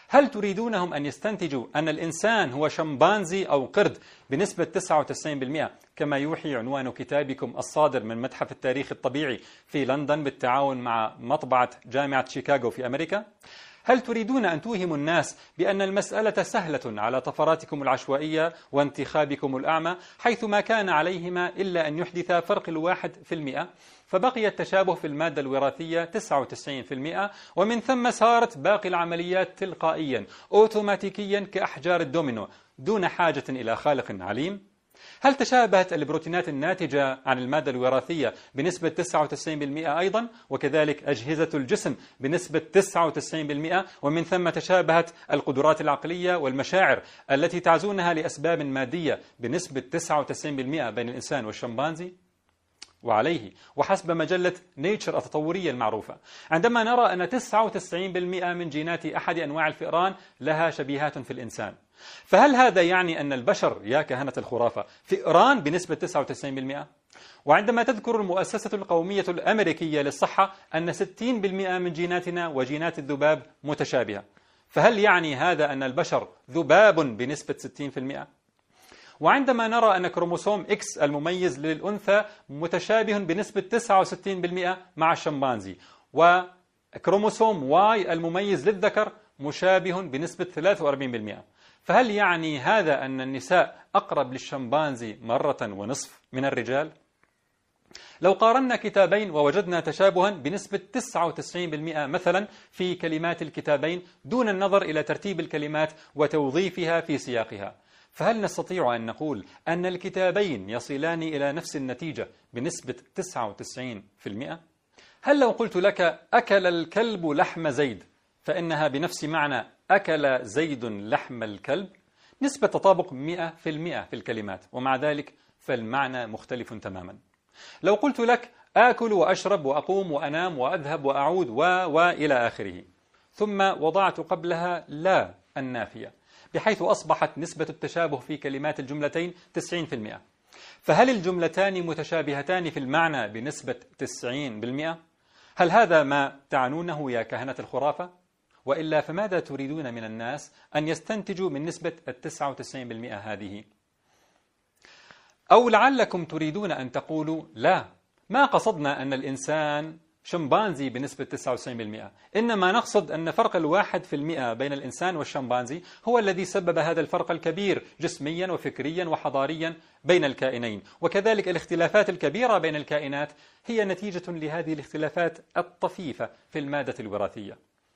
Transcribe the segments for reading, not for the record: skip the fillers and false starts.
هل تريدونهم أن يستنتجوا أن الإنسان هو شمبانزي أو قرد بنسبة 99% كما يوحي عنوان كتابكم الصادر من متحف التاريخ الطبيعي في لندن بالتعاون مع مطبعة جامعة شيكاغو في أمريكا؟ هل تريدون أن توهموا الناس بأن المسألة سهلة على طفراتكم العشوائية وانتخابكم الأعمى، حيث ما كان عليهما إلا أن يحدث فرق 1%، فبقي التشابه في المادة الوراثية 99%، ومن ثم سارت باقي العمليات تلقائيا أوتوماتيكيا كأحجار الدومينو دون حاجة إلى خالق عليم؟ هل تشابهت البروتينات الناتجة عن المادة الوراثية بنسبة 99% أيضا، وكذلك أجهزة الجسم بنسبة 99%، ومن ثم تشابهت القدرات العقلية والمشاعر التي تعزونها لأسباب مادية بنسبة 99% بين الإنسان والشمبانزي؟ وعليه وحسب مجلة نيتشر التطورية المعروفة، عندما نرى أن 99% من جينات أحد أنواع الفئران لها شبيهات في الإنسان، فهل هذا يعني أن البشر يا كهنة الخرافة فئران بنسبة 99%؟ وعندما تذكر المؤسسة القومية الأمريكية للصحة أن 60% من جيناتنا وجينات الذباب متشابهة، فهل يعني هذا أن البشر ذباب بنسبة 60%؟ وعندما نرى أن كروموسوم إكس المميز للأنثى متشابه بنسبة 69% مع الشمبانزي، وكروموسوم واي المميز للذكر مشابه بنسبة 43%، فهل يعني هذا أن النساء أقرب للشمبانزي 1.5 من الرجال؟ لو قارنا كتابين ووجدنا تشابها بنسبة 99% مثلا في كلمات الكتابين دون النظر إلى ترتيب الكلمات وتوظيفها في سياقها، فهل نستطيع أن نقول أن الكتابين يصلان إلى نفس النتيجة بنسبة 99%؟ هل لو قلت لك أكل الكلب لحم زيد فإنها بنفس معنى أكل زيد لحم الكلب؟ نسبة تطابق 100% في الكلمات، ومع ذلك فالمعنى مختلف تماما. لو قلت لك آكل وأشرب وأقوم وأنام وأذهب وأعود وإلى آخره، ثم وضعت قبلها لا النافية، بحيث أصبحت نسبة التشابه في كلمات الجملتين 90%، فهل الجملتان متشابهتان في المعنى بنسبة 90%؟ هل هذا ما تعنونه يا كهنة الخرافة؟ وإلا فماذا تريدون من الناس أن يستنتجوا من نسبة 99% هذه؟ أو لعلكم تريدون أن تقولوا لا، ما قصدنا أن الإنسان شمبانزي بنسبة 99%، إنما نقصد أن فرق 1% بين الإنسان والشمبانزي هو الذي سبب هذا الفرق الكبير جسميا وفكريا وحضاريا بين الكائنين، وكذلك الاختلافات الكبيرة بين الكائنات هي نتيجة لهذه الاختلافات الطفيفة في المادة الوراثية.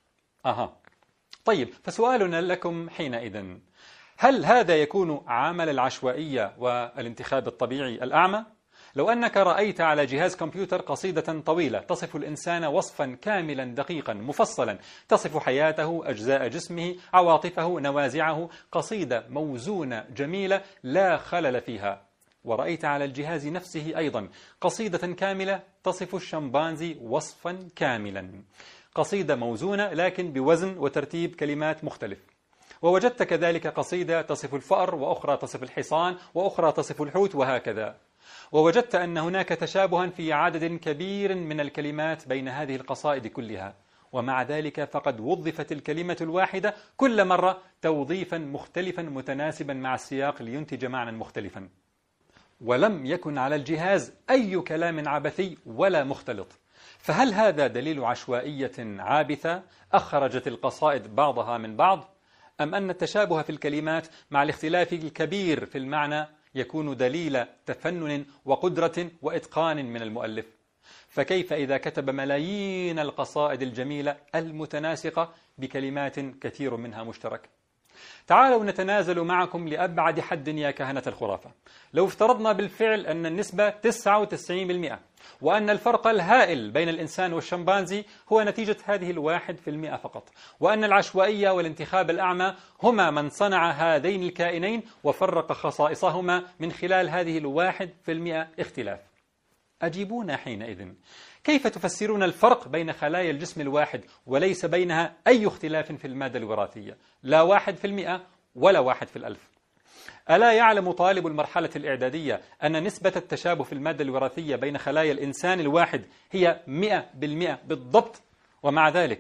طيب، فسؤالنا لكم حينئذ، هل هذا يكون عمل العشوائية والانتخاب الطبيعي الأعمى؟ لو أنك رأيت على جهاز كمبيوتر قصيدة طويلة تصف الإنسان وصفا كاملا دقيقا مفصلا، تصف حياته، أجزاء جسمه، عواطفه، نوازعه، قصيدة موزونة جميلة لا خلل فيها، ورأيت على الجهاز نفسه أيضا قصيدة كاملة تصف الشمبانزي وصفا كاملا، قصيدة موزونة لكن بوزن وترتيب كلمات مختلف، ووجدت كذلك قصيدة تصف الفأر، وأخرى تصف الحصان، وأخرى تصف الحوت، وهكذا، ووجدت أن هناك تشابها في عدد كبير من الكلمات بين هذه القصائد كلها، ومع ذلك فقد وظفت الكلمة الواحدة كل مرة توظيفا مختلفا متناسبا مع السياق لينتج معنى مختلفا، ولم يكن على الجهاز أي كلام عبثي ولا مختلط. فهل هذا دليل عشوائية عابثة أخرجت القصائد بعضها من بعض؟ أم أن التشابه في الكلمات مع الاختلاف الكبير في المعنى يكون دليل تفنن وقدرة وإتقان من المؤلف؟ فكيف إذا كتب ملايين القصائد الجميلة المتناسقة بكلمات كثير منها مشترك؟ تعالوا نتنازل معكم لأبعد حد يا كهنة الخرافة. لو افترضنا بالفعل أن النسبة 99% وأن الفرق الهائل بين الإنسان والشمبانزي هو نتيجة هذه 1% فقط، وأن العشوائية والانتخاب الأعمى هما من صنع هذين الكائنين وفرق خصائصهما من خلال هذه 1% اختلاف، أجيبونا حينئذ، كيف تفسرون الفرق بين خلايا الجسم الواحد وليس بينها أي اختلاف في المادة الوراثية، لا 1% ولا 1 في 1000؟ ألا يعلم طالب المرحلة الإعدادية أن نسبة التشابه في المادة الوراثية بين خلايا الإنسان الواحد هي 100% بالضبط؟ ومع ذلك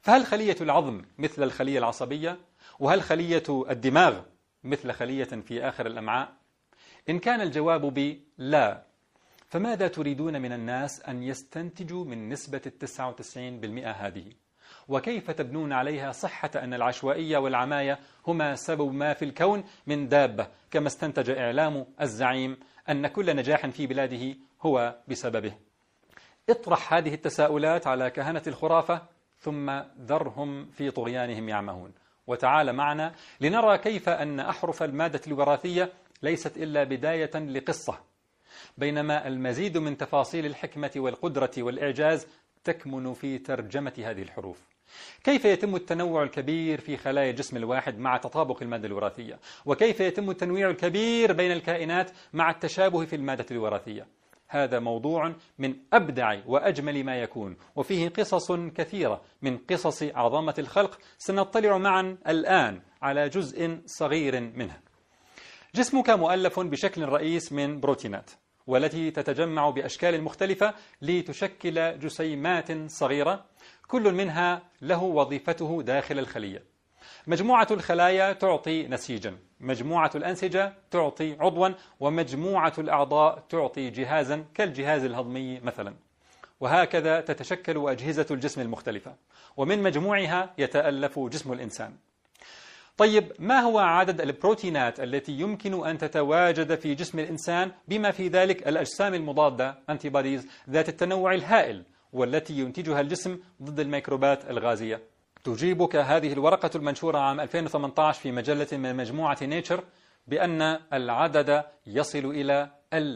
فهل خلية العظم مثل الخلية العصبية؟ وهل خلية الدماغ مثل خلية في آخر الأمعاء؟ إن كان الجواب لا، فماذا تريدون من الناس أن يستنتجوا من نسبة 99% هذه؟ وكيف تبنون عليها صحة أن العشوائية والعماية هما سبب ما في الكون من دابة، كما استنتج إعلام الزعيم أن كل نجاح في بلاده هو بسببه؟ اطرح هذه التساؤلات على كهنة الخرافة ثم ذرهم في طغيانهم يعمهون، وتعال معنا لنرى كيف أن أحرف المادة الوراثية ليست إلا بداية لقصة، بينما المزيد من تفاصيل الحكمة والقدرة والإعجاز تكمن في ترجمة هذه الحروف. كيف يتم التنوع الكبير في خلايا الجسم الواحد مع تطابق المادة الوراثية؟ وكيف يتم التنويع الكبير بين الكائنات مع التشابه في المادة الوراثية؟ هذا موضوع من أبدع وأجمل ما يكون، وفيه قصص كثيرة من قصص عظمة الخلق سنطلع معا الآن على جزء صغير منها. جسمك مؤلف بشكل رئيس من بروتينات، والتي تتجمع بأشكال مختلفة لتشكل جسيمات صغيرة، كل منها له وظيفته داخل الخلية. مجموعة الخلايا تعطي نسيجا، مجموعة الأنسجة تعطي عضوا، ومجموعة الأعضاء تعطي جهازا كالجهاز الهضمي مثلا. وهكذا تتشكل أجهزة الجسم المختلفة، ومن مجموعها يتألف جسم الإنسان. طيب، ما هو عدد البروتينات التي يمكن أن تتواجد في جسم الإنسان، بما في ذلك الأجسام المضادة antibodies ذات التنوع الهائل، والتي ينتجها الجسم ضد الميكروبات الغازية؟ تجيبك هذه الورقة المنشورة عام 2018 في مجلة من مجموعة نيتشر بأن العدد يصل إلى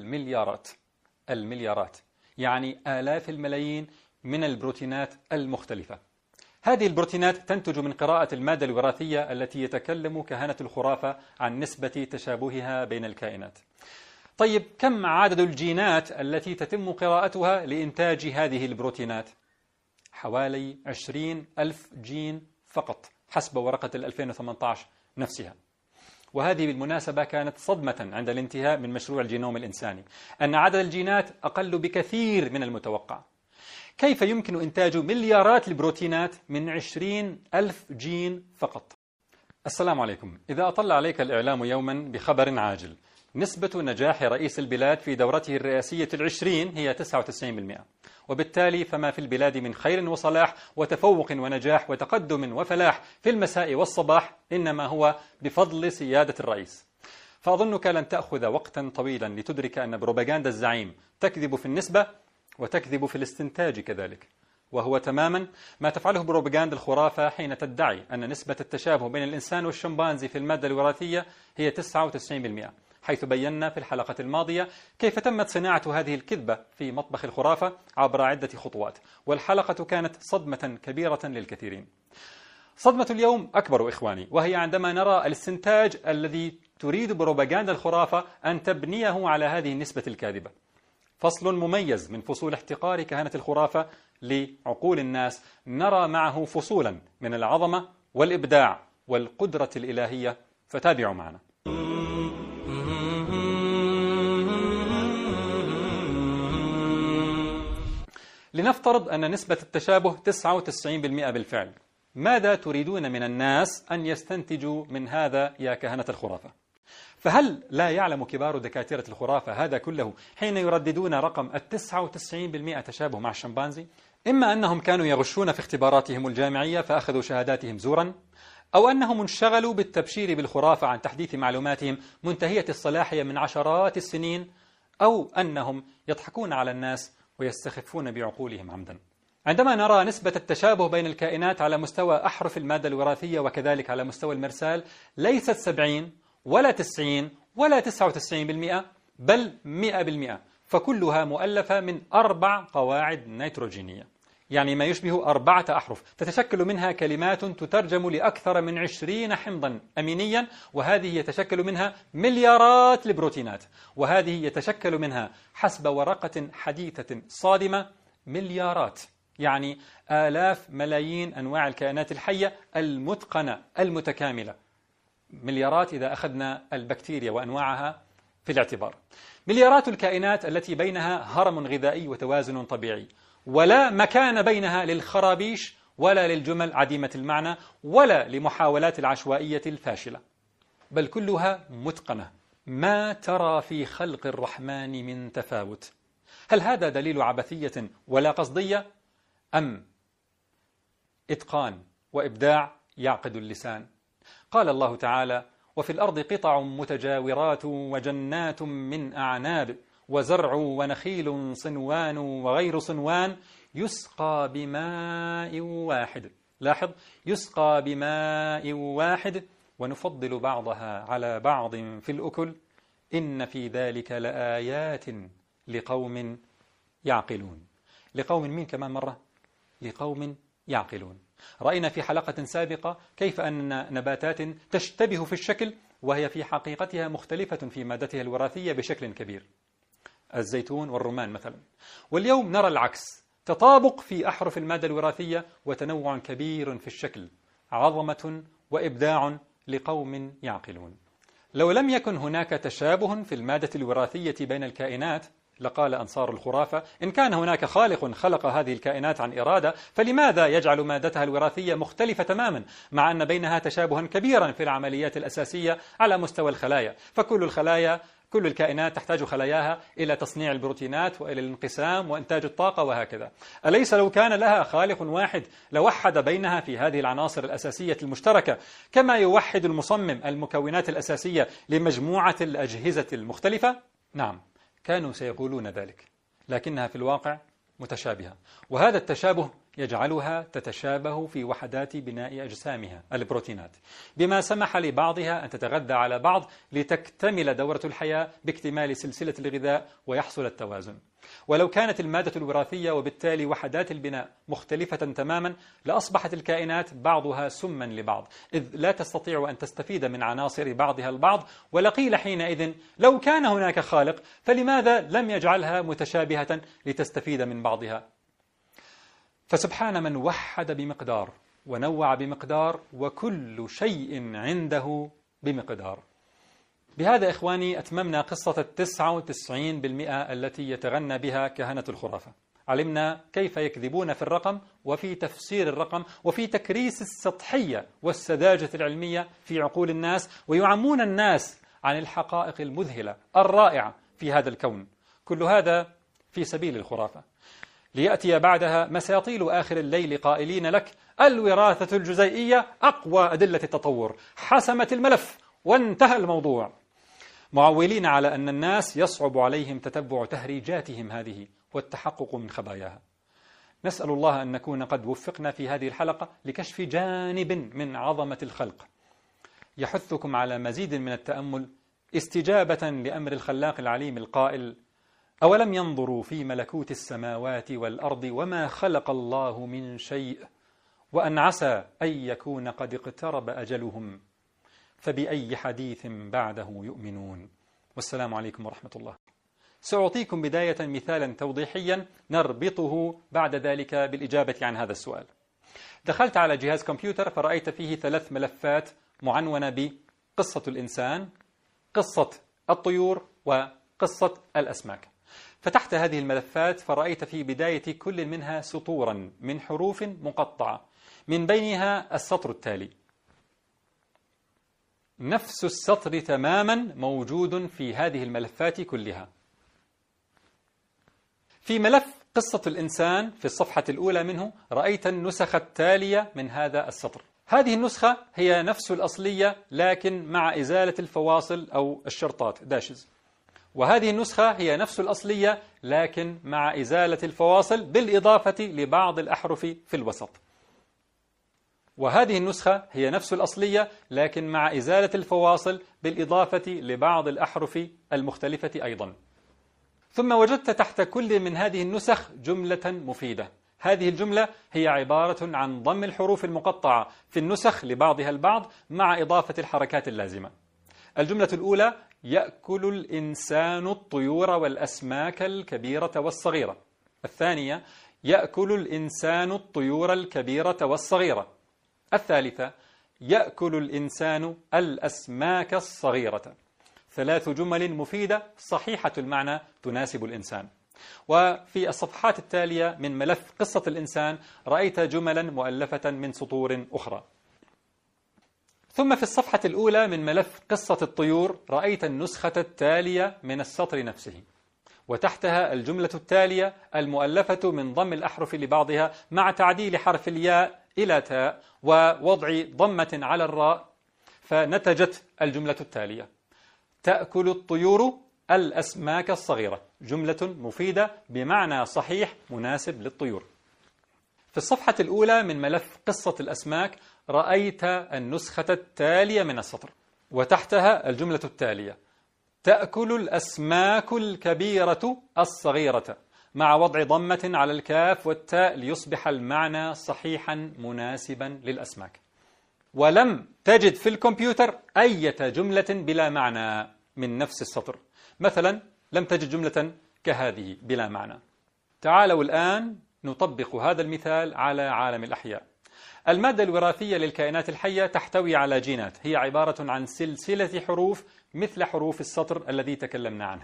المليارات، يعني آلاف الملايين من البروتينات المختلفة. هذه البروتينات تنتج من قراءة المادة الوراثية التي يتكلم كهنة الخرافة عن نسبة تشابهها بين الكائنات. طيب، كم عدد الجينات التي تتم قراءتها لإنتاج هذه البروتينات؟ حوالي 20,000 جين فقط حسب ورقة 2018 نفسها. وهذه بالمناسبة كانت صدمة عند الانتهاء من مشروع الجينوم الإنساني، أن عدد الجينات أقل بكثير من المتوقع. كيف يمكن إنتاج مليارات البروتينات من 20,000 جين فقط؟ السلام عليكم. إذا أطل عليك الإعلام يوما بخبر عاجل، نسبة نجاح رئيس البلاد في دورته الرئاسية 20 هي 99%، وبالتالي فما في البلاد من خير وصلاح وتفوق ونجاح وتقدم وفلاح في المساء والصباح إنما هو بفضل سيادة الرئيس. فأظنك لن تأخذ وقتا طويلا لتدرك أن بروباغندا الزعيم تكذب في النسبة وتكذب في الاستنتاج كذلك، وهو تماما ما تفعله بروباغندا الخرافة حين تدعي أن نسبة التشابه بين الإنسان والشمبانزي في المادة الوراثية هي 99%، حيث بينا في الحلقة الماضية كيف تمت صناعة هذه الكذبة في مطبخ الخرافة عبر عدة خطوات، والحلقة كانت صدمة كبيرة للكثيرين. صدمة اليوم أكبر إخواني، وهي عندما نرى الاستنتاج الذي تريد بروباغندا الخرافة أن تبنيه على هذه النسبة الكاذبة. فصل مميز من فصول احتقار كهنة الخرافة لعقول الناس، نرى معه فصولا من العظمة والإبداع والقدرة الإلهية، فتابعوا معنا. لنفترض أن نسبة التشابه 99% بالفعل. ماذا تريدون من الناس أن يستنتجوا من هذا يا كهنة الخرافة؟ فهل لا يعلم كبار دكاترة الخرافة هذا كله حين يرددون رقم 99% تشابه مع الشمبانزي؟ إما أنهم كانوا يغشون في اختباراتهم الجامعية فأخذوا شهاداتهم زورا، أو أنهم انشغلوا بالتبشير بالخرافة عن تحديث معلوماتهم منتهية الصلاحية من عشرات السنين، أو أنهم يضحكون على الناس ويستخفون بعقولهم عمدا. عندما نرى نسبة التشابه بين الكائنات على مستوى أحرف المادة الوراثية وكذلك على مستوى المرسال ليست 70 ولا 90 ولا 99%، بل 100%، فكلها مؤلفة من 4 قواعد نيتروجينية، يعني ما يشبه 4 أحرف تتشكل منها كلمات تترجم لأكثر من 20 حمضا أمينيا، وهذه يتشكل منها مليارات البروتينات، وهذه يتشكل منها حسب ورقة حديثة صادمة مليارات، يعني آلاف ملايين أنواع الكائنات الحية المتقنة المتكاملة. مليارات إذا أخذنا البكتيريا وأنواعها في الاعتبار. مليارات الكائنات التي بينها هرم غذائي وتوازن طبيعي، ولا مكان بينها للخرابيش ولا للجمل عديمة المعنى ولا لمحاولات العشوائية الفاشلة، بل كلها متقنة. ما ترى في خلق الرحمن من تفاوت. هل هذا دليل عبثية ولا قصدية، أم إتقان وإبداع يعقد اللسان؟ قال الله تعالى: وفي الأرض قطع متجاورات وجنات من أعناب وزرع ونخيل صنوان وغير صنوان يسقى بماء واحد. لاحظ: يسقى بماء واحد ونفضل بعضها على بعض في الأكل إن في ذلك لآيات لقوم يعقلون. لقوم مين كمان مرة؟ لقوم يعقلون. رأينا في حلقة سابقة كيف أن نباتات تشتبه في الشكل وهي في حقيقتها مختلفة في مادتها الوراثية بشكل كبير، الزيتون والرمان مثلا. واليوم نرى العكس، تطابق في أحرف المادة الوراثية وتنوع كبير في الشكل. عظمة وإبداع لقوم يعقلون. لو لم يكن هناك تشابه في المادة الوراثية بين الكائنات لقال أنصار الخرافة: إن كان هناك خالق خلق هذه الكائنات عن إرادة فلماذا يجعل مادتها الوراثية مختلفة تماما مع أن بينها تشابها كبيرا في العمليات الأساسية على مستوى الخلايا؟ كل الكائنات تحتاج خلاياها إلى تصنيع البروتينات وإلى الانقسام وإنتاج الطاقة وهكذا. أليس لو كان لها خالق واحد لوحد بينها في هذه العناصر الأساسية المشتركة كما يوحد المصمم المكونات الأساسية لمجموعة الأجهزة المختلفة؟ نعم، كانوا سيقولون ذلك، لكنها في الواقع متشابهة، وهذا التشابه يجعلها تتشابه في وحدات بناء أجسامها البروتينات، بما سمح لبعضها أن تتغذى على بعض لتكتمل دورة الحياة باكتمال سلسلة الغذاء ويحصل التوازن. ولو كانت المادة الوراثية وبالتالي وحدات البناء مختلفة تماما لأصبحت الكائنات بعضها سما لبعض، إذ لا تستطيع أن تستفيد من عناصر بعضها البعض. ولقيل حينئذ: لو كان هناك خالق فلماذا لم يجعلها متشابهة لتستفيد من بعضها؟ فسبحان من وحد بمقدار ونوع بمقدار وكل شيء عنده بمقدار. بهذا إخواني أتممنا قصة 99% التي يتغنى بها كهنة الخرافة. علمنا كيف يكذبون في الرقم وفي تفسير الرقم وفي تكريس السطحية والسذاجة العلمية في عقول الناس، ويعمون الناس عن الحقائق المذهلة الرائعة في هذا الكون. كل هذا في سبيل الخرافة، ليأتي بعدها مساطيل آخر الليل قائلين لك: الوراثة الجزيئية أقوى أدلة التطور، حسمت الملف وانتهى الموضوع، معولين على أن الناس يصعب عليهم تتبع تهريجاتهم هذه والتحقق من خباياها. نسأل الله أن نكون قد وفقنا في هذه الحلقة لكشف جانب من عظمة الخلق يحثكم على مزيد من التأمل استجابة لأمر الخلاق العليم القائل: أولم ينظروا في ملكوت السماوات والأرض وما خلق الله من شيء وأن عسى أن يكون قد اقترب أجلهم فبأي حديث بعده يؤمنون. والسلام عليكم ورحمة الله. سأعطيكم بداية مثالا توضيحيا نربطه بعد ذلك بالإجابة عن هذا السؤال. دخلت على جهاز كمبيوتر فرأيت فيه 3 ملفات معنونة بقصة الإنسان، قصة الطيور، وقصة الأسماك. فتحت هذه الملفات فرأيت في بداية كل منها سطورا من حروف مقطعة، من بينها السطر التالي. نفس السطر تماما موجود في هذه الملفات كلها. في ملف قصة الإنسان في الصفحة الأولى منه رأيت النسخة التالية من هذا السطر. هذه النسخة هي نفس الأصلية لكن مع إزالة الفواصل أو الشرطات داشز، وهذه النسخة هي نفس الأصلية لكن مع إزالة الفواصل بالإضافة لبعض الأحرف في الوسط، وهذه النسخة هي نفس الأصلية لكن مع إزالة الفواصل بالإضافة لبعض الأحرف المختلفة أيضا. ثم وجدت تحت كل من هذه النسخ جملة مفيدة. هذه الجملة هي عبارة عن ضم الحروف المقطعة في النسخ لبعضها البعض مع إضافة الحركات اللازمة. الجملة الأولى: يأكل الإنسان الطيور والأسماك الكبيرة والصغيرة. الثانية: يأكل الإنسان الطيور الكبيرة والصغيرة. الثالثة: يأكل الإنسان الأسماك الصغيرة. 3 جمل مفيدة صحيحة المعنى تناسب الإنسان. وفي الصفحات التالية من ملف قصة الإنسان رأيت جملا مؤلفة من سطور أخرى. ثم في الصفحة الأولى من ملف قصة الطيور رأيت النسخة التالية من السطر نفسه، وتحتها الجملة التالية المؤلفة من ضم الأحرف لبعضها مع تعديل حرف الياء إلى تاء ووضع ضمة على الراء، فنتجت الجملة التالية: تأكل الطيور الأسماك الصغيرة. جملة مفيدة بمعنى صحيح مناسب للطيور. في الصفحة الأولى من ملف قصة الأسماك رأيت النسخة التالية من السطر، وتحتها الجملة التالية: تأكل الأسماك الكبيرة الصغيرة، مع وضع ضمة على الكاف والتاء ليصبح المعنى صحيحا مناسبا للأسماك. ولم تجد في الكمبيوتر أي جملة بلا معنى من نفس السطر. مثلا لم تجد جملة كهذه بلا معنى. تعالوا الآن نطبق هذا المثال على عالم الأحياء. المادة الوراثية للكائنات الحية تحتوي على جينات، هي عبارة عن سلسلة حروف مثل حروف السطر الذي تكلمنا عنه.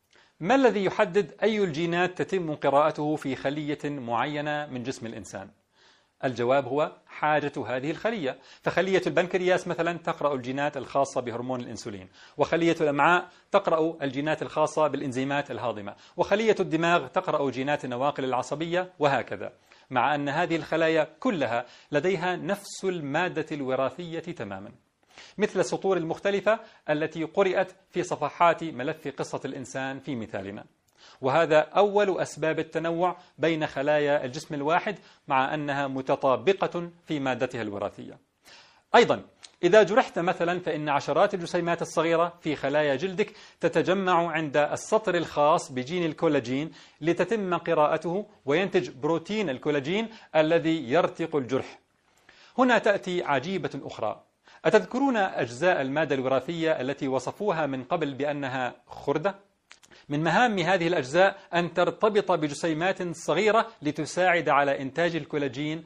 ما الذي يحدد أي الجينات تتم قراءته في خلية معينة من جسم الإنسان؟ الجواب هو حاجة هذه الخلية. فخلية البنكرياس مثلا تقرأ الجينات الخاصة بهرمون الإنسولين، وخلية الأمعاء تقرأ الجينات الخاصة بالإنزيمات الهاضمة، وخلية الدماغ تقرأ جينات النواقل العصبية، وهكذا، مع أن هذه الخلايا كلها لديها نفس المادة الوراثية تماما، مثل السطور المختلفة التي قرأت في صفحات ملف قصة الإنسان في مثالنا. وهذا أول أسباب التنوع بين خلايا الجسم الواحد، مع أنها متطابقة في مادتها الوراثية. أيضا إذا جرحت مثلا فإن عشرات الجسيمات الصغيرة في خلايا جلدك تتجمع عند السطر الخاص بجين الكولاجين لتتم قراءته وينتج بروتين الكولاجين الذي يرتق الجرح. هنا تأتي عجيبة أخرى. أتذكرون أجزاء المادة الوراثية التي وصفوها من قبل بأنها خردة؟ من مهام هذه الأجزاء أن ترتبط بجسيمات صغيرة لتساعد على إنتاج الكولاجين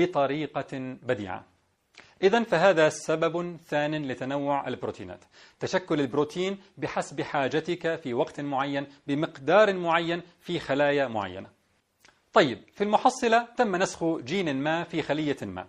بطريقة بديعة. إذن فهذا سبب ثان لتنوع البروتينات، تشكل البروتين بحسب حاجتك في وقت معين بمقدار معين في خلايا معينة. طيب، في المحصلة تم نسخ جين ما في خلية ما.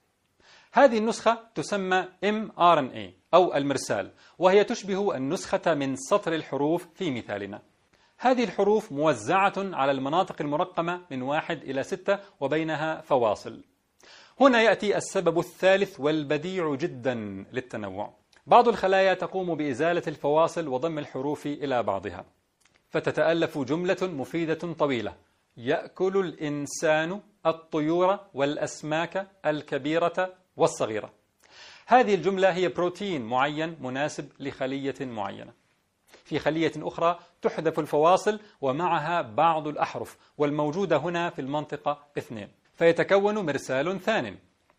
هذه النسخة تسمى mRNA أو المرسال، وهي تشبه النسخة من سطر الحروف في مثالنا. هذه الحروف موزعة على المناطق المرقمة من 1 إلى 6 وبينها فواصل. هنا يأتي السبب الثالث والبديع جدا للتنوع. بعض الخلايا تقوم بإزالة الفواصل وضم الحروف إلى بعضها، فتتألف جملة مفيدة طويلة: يأكل الإنسان الطيور والأسماك الكبيرة والصغيرة. هذه الجملة هي بروتين معين مناسب لخلية معينة. في خلية أخرى تحذف الفواصل ومعها بعض الأحرف، والموجودة هنا في المنطقة 2، فيتكون مرسال ثان،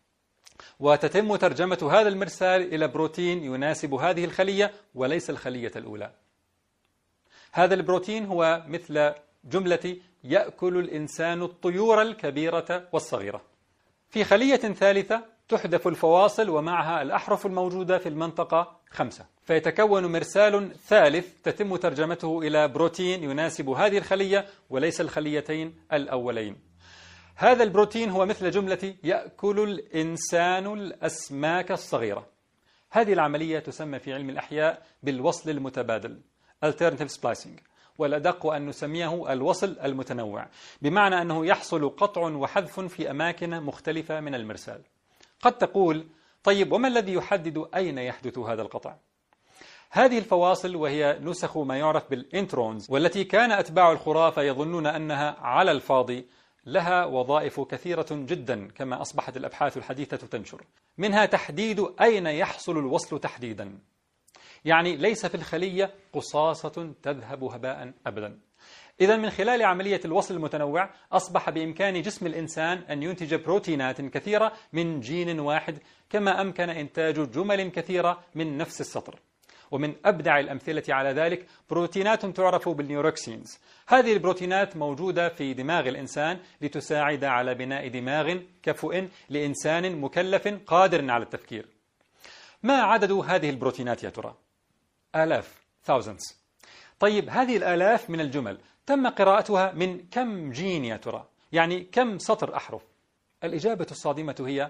وتتم ترجمة هذا المرسال إلى بروتين يناسب هذه الخلية وليس الخلية الأولى. هذا البروتين هو مثل جملة يأكل الإنسان الطيور الكبيرة والصغيرة. في خلية ثالثة تحذف الفواصل ومعها الأحرف الموجودة في المنطقة 5، فيتكون مرسال ثالث تتم ترجمته إلى بروتين يناسب هذه الخلية وليس الخليتين الأولين. هذا البروتين هو مثل جملة يأكل الإنسان الأسماك الصغيرة. هذه العملية تسمى في علم الأحياء بالوصل المتبادل Alternative Splicing، والأدق أن نسميه الوصل المتنوع، بمعنى أنه يحصل قطع وحذف في أماكن مختلفة من المرسال. قد تقول: طيب، وما الذي يحدد أين يحدث هذا القطع؟ هذه الفواصل، وهي نسخ ما يعرف بالإنترونز، والتي كان أتباع الخرافة يظنون أنها على الفاضي، لها وظائف كثيرة جدا كما أصبحت الأبحاث الحديثة تنشر. منها تحديد أين يحصل الوصل تحديدا، يعني ليس في الخلية قصاصة تذهب هباء أبدا. إذا من خلال عملية الوصل المتنوع أصبح بإمكان جسم الإنسان أن ينتج بروتينات كثيرة من جين واحد، كما أمكن إنتاج جمل كثيرة من نفس السطر. ومن أبدع الأمثلة على ذلك بروتينات تعرف بالنيوروكسينز. هذه البروتينات موجودة في دماغ الإنسان لتساعد على بناء دماغ كفؤ لإنسان مكلف قادر على التفكير. ما عدد هذه البروتينات يا ترى؟ آلاف، thousands. طيب، هذه الآلاف من الجمل تم قراءتها من كم جين يا ترى؟ يعني كم سطر أحرف؟ الإجابة الصادمة هي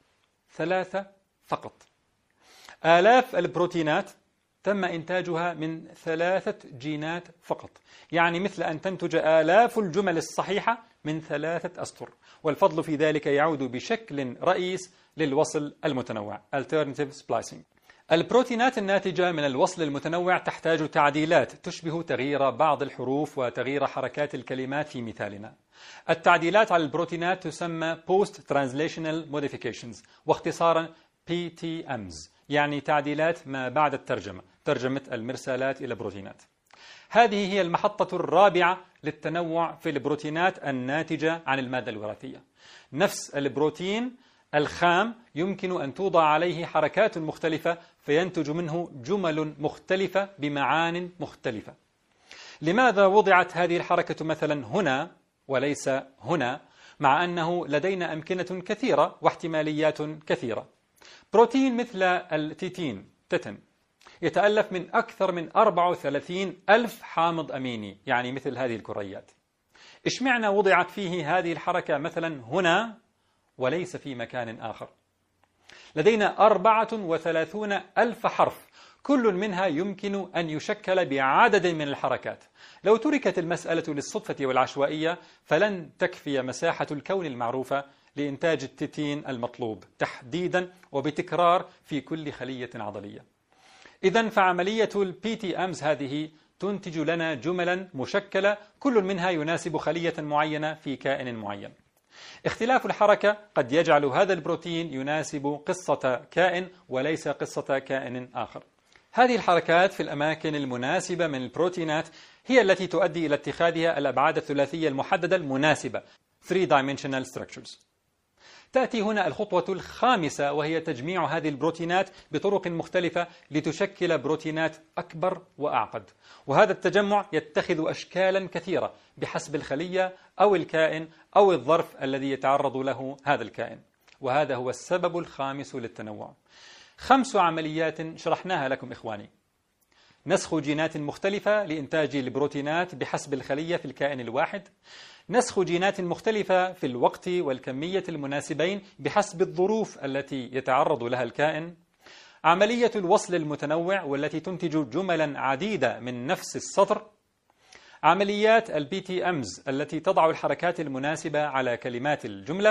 3 فقط. آلاف البروتينات تم إنتاجها من 3 جينات فقط، يعني مثل أن تنتج آلاف الجمل الصحيحة من 3 أسطر، والفضل في ذلك يعود بشكل رئيس للوصل المتنوع Alternative Splicing. البروتينات الناتجة من الوصل المتنوع تحتاج تعديلات تشبه تغيير بعض الحروف وتغيير حركات الكلمات في مثالنا. التعديلات على البروتينات تسمى Post Translational Modifications، واختصارا PTMs، يعني تعديلات ما بعد الترجمة، ترجمة المرسالات إلى بروتينات. هذه هي المحطة الرابعة للتنوع في البروتينات الناتجة عن المادة الوراثية. نفس البروتين الخام يمكن أن توضع عليه حركات مختلفة فينتج منه جمل مختلفة بمعان مختلفة. لماذا وضعت هذه الحركة مثلا هنا وليس هنا، مع أنه لدينا أمكنة كثيرة واحتماليات كثيرة؟ بروتين مثل التيتين يتألف من أكثر من 34 ألف حامض أميني، يعني مثل هذه الكريات. إشمعنى وضعت فيه هذه الحركة مثلا هنا وليس في مكان آخر؟ لدينا 34 ألف حرف، كل منها يمكن أن يشكل بعدد من الحركات. لو تركت المسألة للصدفة والعشوائية فلن تكفي مساحة الكون المعروفة لإنتاج التيتين المطلوب تحديدا وبتكرار في كل خلية عضلية. إذن فعملية الPTMs هذه تنتج لنا جملا مشكلة كل منها يناسب خلية معينة في كائن معين. اختلاف الحركة قد يجعل هذا البروتين يناسب قصة كائن وليس قصة كائن آخر. هذه الحركات في الأماكن المناسبة من البروتينات هي التي تؤدي إلى اتخاذها الأبعاد الثلاثية المحددة المناسبة 3-dimensional structures. تأتي هنا الخطوة الخامسة، وهي تجميع هذه البروتينات بطرق مختلفة لتشكل بروتينات أكبر وأعقد، وهذا التجمع يتخذ أشكالا كثيرة بحسب الخلية أو الكائن أو الظرف الذي يتعرض له هذا الكائن، وهذا هو السبب الخامس للتنوع. 5 عمليات شرحناها لكم إخواني: نسخ جينات مختلفة لإنتاج البروتينات بحسب الخلية في الكائن الواحد، نسخ جينات مختلفة في الوقت والكمية المناسبين بحسب الظروف التي يتعرض لها الكائن، عملية الوصل المتنوع والتي تنتج جملا عديدة من نفس السطر، عمليات الPTMs التي تضع الحركات المناسبة على كلمات الجملة،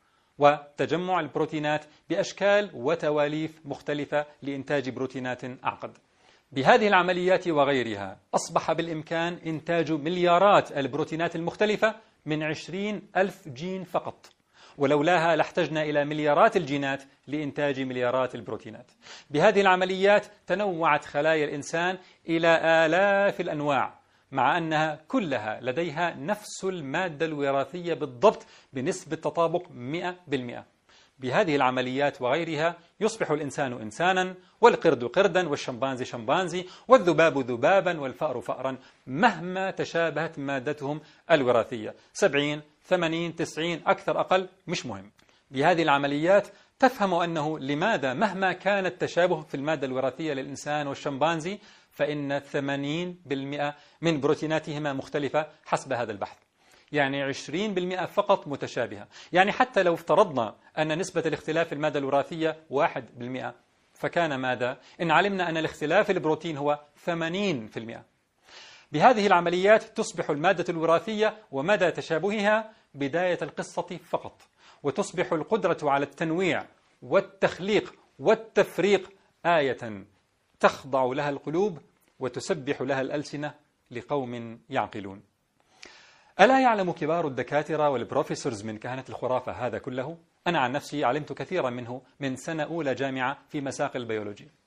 وتجمع البروتينات بأشكال وتواليف مختلفة لإنتاج بروتينات أعقد. بهذه العمليات وغيرها أصبح بالإمكان إنتاج مليارات البروتينات المختلفة من 20 ألف جين فقط، ولولاها لاحتجنا إلى مليارات الجينات لإنتاج مليارات البروتينات. بهذه العمليات تنوعت خلايا الإنسان إلى آلاف الأنواع، مع أنها كلها لديها نفس المادة الوراثية بالضبط بنسبة تطابق 100%. بهذه العمليات وغيرها يصبح الإنسان إنسانا، والقرد قردا، والشمبانزي شمبانزي، والذباب ذبابا، والفأر فأرا، مهما تشابهت مادتهم الوراثية 70 80 90 أكثر أقل مش مهم. بهذه العمليات تفهم أنه لماذا مهما كان التشابه في المادة الوراثية للإنسان والشمبانزي فإن 80% من بروتيناتهما مختلفة حسب هذا البحث، يعني 20% فقط متشابهة. يعني حتى لو افترضنا أن نسبة الاختلاف في المادة الوراثية 1%، فكان ماذا إن علمنا أن الاختلاف البروتين هو 80%؟ بهذه العمليات تصبح المادة الوراثية ومدى تشابهها بداية القصة فقط، وتصبح القدرة على التنويع والتخليق والتفريق آية تخضع لها القلوب وتسبح لها الألسنة لقوم يعقلون. ألا يعلم كبار الدكاترة والبروفيسورز من كهنة الخرافة هذا كله؟ أنا عن نفسي علمت كثيرا منه من سنة أولى جامعة في مساق البيولوجيا.